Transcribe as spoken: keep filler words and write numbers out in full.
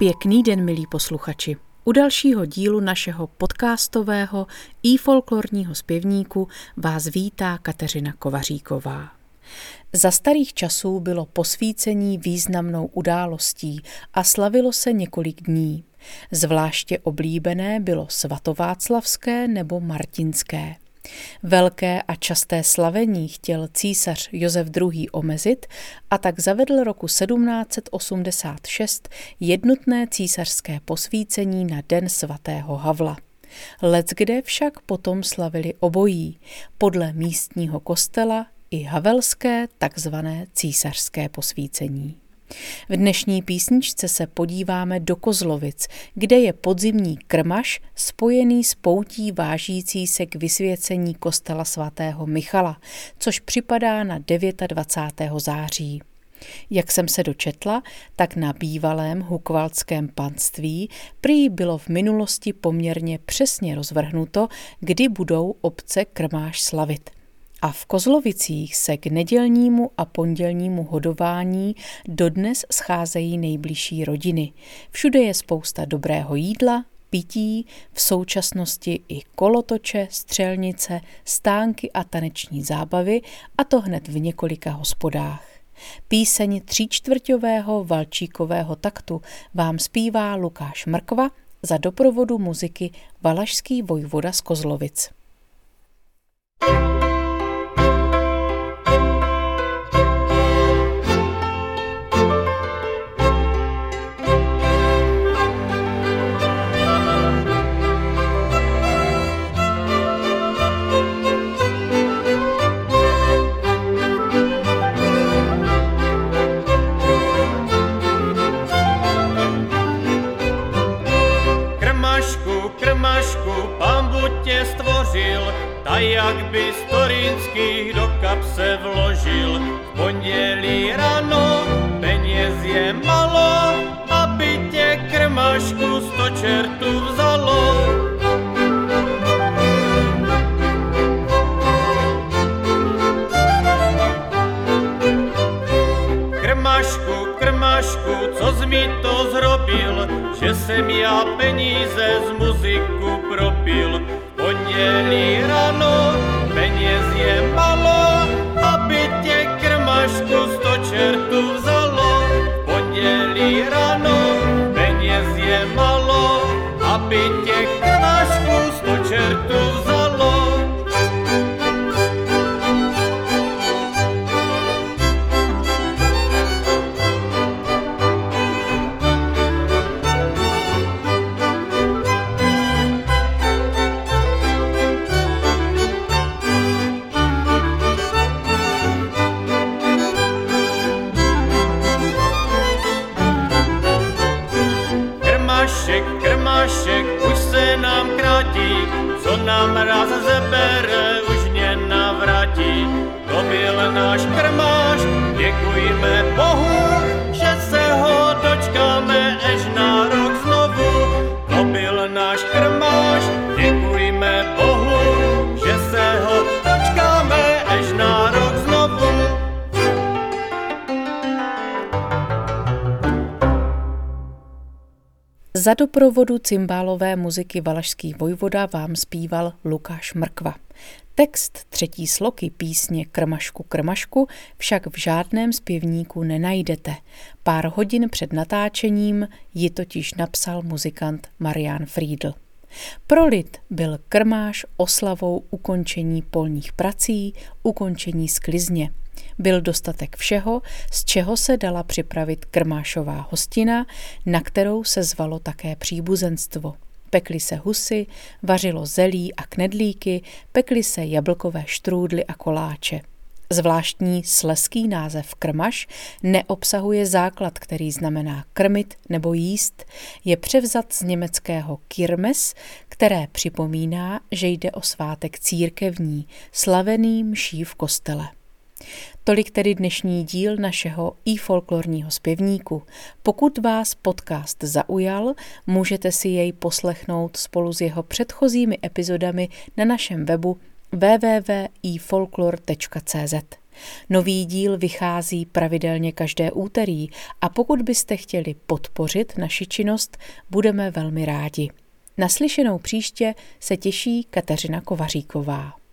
Pěkný den, milí posluchači. U dalšího dílu našeho podcastového i folklorního zpěvníku vás vítá Kateřina Kovaříková. Za starých časů bylo posvícení významnou událostí a slavilo se několik dní. Zvláště oblíbené bylo svatováclavské nebo martinské. Velké a časté slavení chtěl císař Josef druhý. Omezit a tak zavedl roku sedmnáct osmdesát šest jednotné císařské posvícení na den svatého Havla. Leckde však potom slavili obojí, podle místního kostela i havelské takzvané císařské posvícení. V dnešní písničce se podíváme do Kozlovic, kde je podzimní krmaš spojený s poutí vážící se k vysvěcení kostela svatého Michala, což připadá na dvacátého devátého září. Jak jsem se dočetla, tak na bývalém hukvaldském panství prý bylo v minulosti poměrně přesně rozvrhnuto, kdy budou obce krmáš slavit. A v Kozlovicích se k nedělnímu a pondělnímu hodování dodnes scházejí nejbližší rodiny. Všude je spousta dobrého jídla, pití, v současnosti i kolotoče, střelnice, stánky a taneční zábavy, a to hned v několika hospodách. Píseň tříčtvrťového valčíkového taktu vám zpívá Lukáš Mrkva za doprovodu muziky Valašský vojvoda z Kozlovic. A jak by Storinských do kapse vložil, v pondělí ráno peněz je malo, aby tě krmašku sto čertů vzalo. Krmašku, krmašku, co jsi mi to zrobil, že jsem já peníze z muziku propil. Pondělí ráno peněz je malo, aby tě krmašku sto čertů vzalo. Pondělí ráno peněz je malo, aby tě krmašku sto čertů vzalo. Krmašek už se nám krátí, co nám raz zabere, už mě navrátí. To byl náš krmáš, děkujme Bohu, že se ho dočkáme až na rok znovu. To byl náš krmáš, děkujme Bohu, že se ho dočkáme až na rok znovu. Za doprovodu cymbálové muziky Valašský vojvoda vám zpíval Lukáš Mrkva. Text třetí sloky písně Krmašku, krmašku však v žádném zpěvníku nenajdete. Pár hodin před natáčením ji totiž napsal muzikant Marián Friedl. Pro lid byl krmáš oslavou ukončení polních prací, ukončení sklizně. Byl dostatek všeho, z čeho se dala připravit krmášová hostina, na kterou se zvalo také příbuzenstvo. Pekly se husy, vařilo zelí a knedlíky, pekly se jablkové štrůdly a koláče. Zvláštní slezský název krmaš neobsahuje základ, který znamená krmit nebo jíst. Je převzat z německého Kirmes, které připomíná, že jde o svátek církevní, slavený mší v kostele. Tolik tedy dnešní díl našeho i folklorního zpěvníku. Pokud vás podcast zaujal, můžete si jej poslechnout spolu s jeho předchozími epizodami na našem webu w w w tečka i folklor tečka c z. Nový díl vychází pravidelně každé úterý a pokud byste chtěli podpořit naši činnost, budeme velmi rádi. Naslyšenou příště se těší Kateřina Kovaříková.